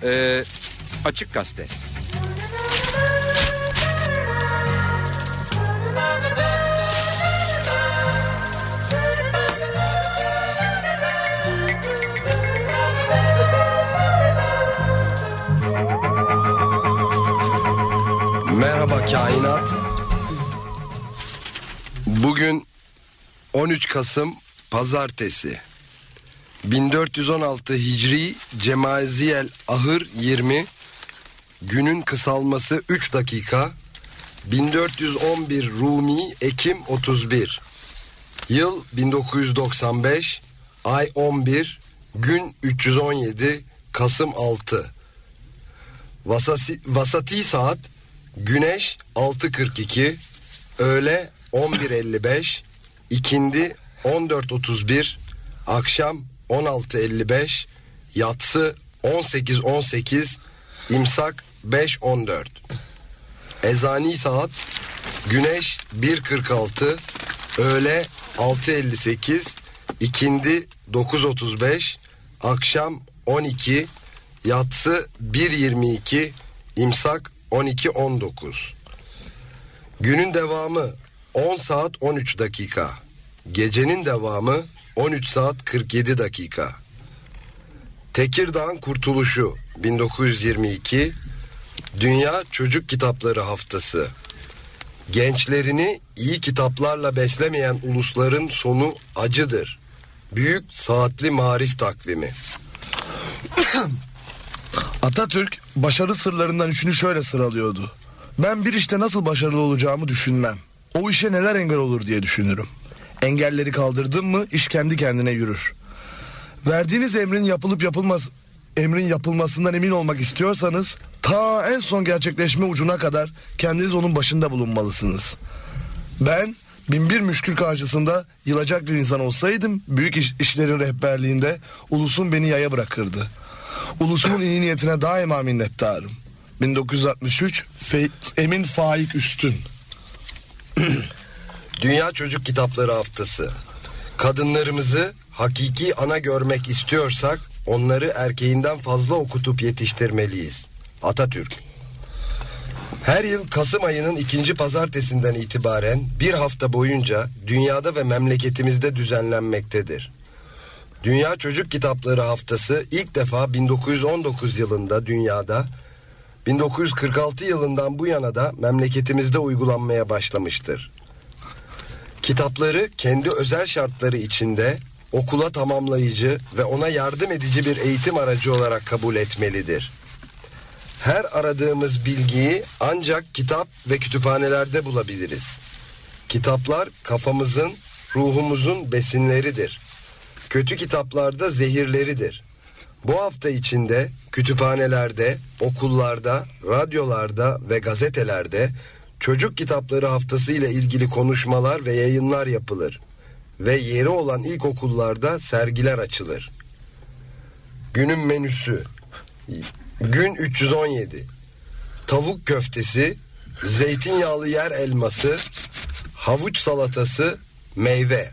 Açık Gazete. Merhaba kainat. Bugün 13 Kasım Pazartesi. 1416 Hicri Cemaziyel Ahır 20. Günün kısalması 3 dakika. 1411 Rumi Ekim 31. Yıl 1995. Ay 11. Gün 317. Kasım 6. Vasati saat. Güneş 6.42, öğle 11.55, ikindi 14.31, akşam 16.55, yatsı 18.18, imsak 5.14. Ezani saat. Güneş 1.46, öğle 6.58, ikindi 9.35, akşam 12, yatsı 1.22, imsak 12-19. Günün devamı 10 saat 13 dakika. Gecenin devamı 13 saat 47 dakika. Tekirdağ'ın kurtuluşu 1922. Dünya Çocuk Kitapları Haftası. Gençlerini iyi kitaplarla beslemeyen ulusların sonu acıdır. Büyük Saatli Marif Takvimi. Atatürk başarı sırlarından üçünü şöyle sıralıyordu. Ben bir işte nasıl başarılı olacağımı düşünmem. O işe neler engel olur diye düşünürüm. Engelleri kaldırdım mı iş kendi kendine yürür. Verdiğiniz emrin yapılmasından emin olmak istiyorsanız ta en son gerçekleşme ucuna kadar kendiniz onun başında bulunmalısınız. Ben binbir müşkül karşısında yılacak bir insan olsaydım büyük işlerin rehberliğinde ulusun beni yaya bırakırdı. Ulusumun iyi niyetine daima minnettarım. 1963 Emin Faik Üstün. Dünya Çocuk Kitapları Haftası. Kadınlarımızı hakiki ana görmek istiyorsak onları erkeğinden fazla okutup yetiştirmeliyiz. Atatürk. Her yıl Kasım ayının 2. pazartesinden itibaren bir hafta boyunca dünyada ve memleketimizde düzenlenmektedir. Dünya Çocuk Kitapları Haftası ilk defa 1919 yılında dünyada, 1946 yılından bu yana da memleketimizde uygulanmaya başlamıştır. Kitapları kendi özel şartları içinde okula tamamlayıcı ve ona yardım edici bir eğitim aracı olarak kabul etmelidir. Her aradığımız bilgiyi ancak kitap ve kütüphanelerde bulabiliriz. Kitaplar kafamızın, ruhumuzun besinleridir. Kötü kitaplarda zehirleridir. Bu hafta içinde kütüphanelerde, okullarda, radyolarda ve gazetelerde Çocuk Kitapları Haftası ile ilgili konuşmalar ve yayınlar yapılır ve yeri olan ilkokullarda sergiler açılır. Günün menüsü. Gün 317. Tavuk köftesi, zeytinyağlı yer elması, havuç salatası, meyve.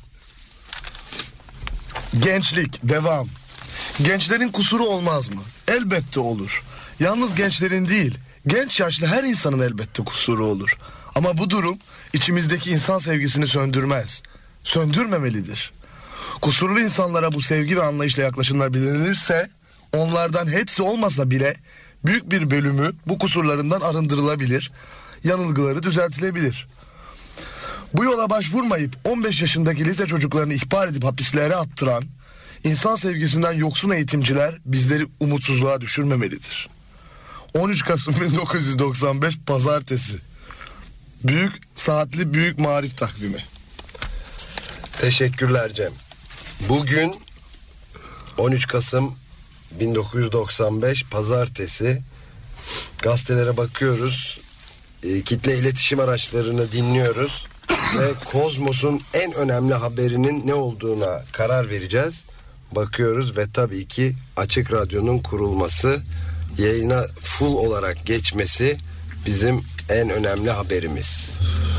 Gençlik, devam. Gençlerin kusuru olmaz mı? Elbette olur. Yalnız gençlerin değil, genç yaşlı her insanın elbette kusuru olur. Ama bu durum içimizdeki insan sevgisini söndürmez. Söndürmemelidir. Kusurlu insanlara bu sevgi ve anlayışla yaklaşılabilirse, onlardan hepsi olmasa bile büyük bir bölümü bu kusurlarından arındırılabilir, yanılgıları düzeltilebilir. Bu yola başvurmayıp 15 yaşındaki lise çocuklarını ihbar edip hapislere attıran, insan sevgisinden yoksun eğitimciler bizleri umutsuzluğa düşürmemelidir. 13 Kasım 1995 Pazartesi. Büyük Saatli Büyük Marif Takvimi. Teşekkürler Cem. Bugün 13 Kasım 1995 Pazartesi. Gazetelere bakıyoruz. Kitle iletişim araçlarını dinliyoruz. Ve Kozmos'un en önemli haberinin ne olduğuna karar vereceğiz. Bakıyoruz ve tabii ki Açık Radyo'nun kurulması, yayına full olarak geçmesi bizim en önemli haberimiz.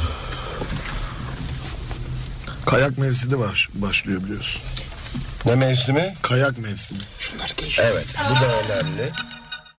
Kayak mevsimi başlıyor biliyorsun. Ne mevsimi? Kayak mevsimi. Evet, bu da önemli.